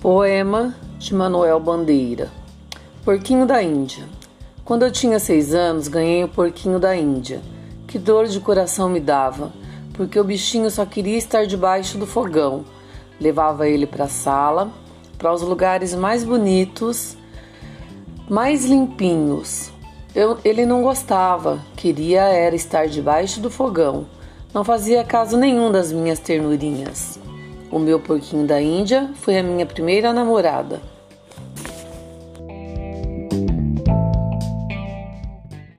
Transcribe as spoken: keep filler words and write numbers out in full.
Poema de Manuel Bandeira. Porquinho da Índia. Quando eu tinha seis anos, ganhei o porquinho da Índia. Que dor de coração me dava, porque o bichinho só queria estar debaixo do fogão. Levava ele para a sala, para os lugares mais bonitos, mais limpinhos. Eu, ele não gostava, queria era estar debaixo do fogão. Não fazia caso nenhum das minhas ternurinhas. O meu porquinho da Índia foi a minha primeira namorada.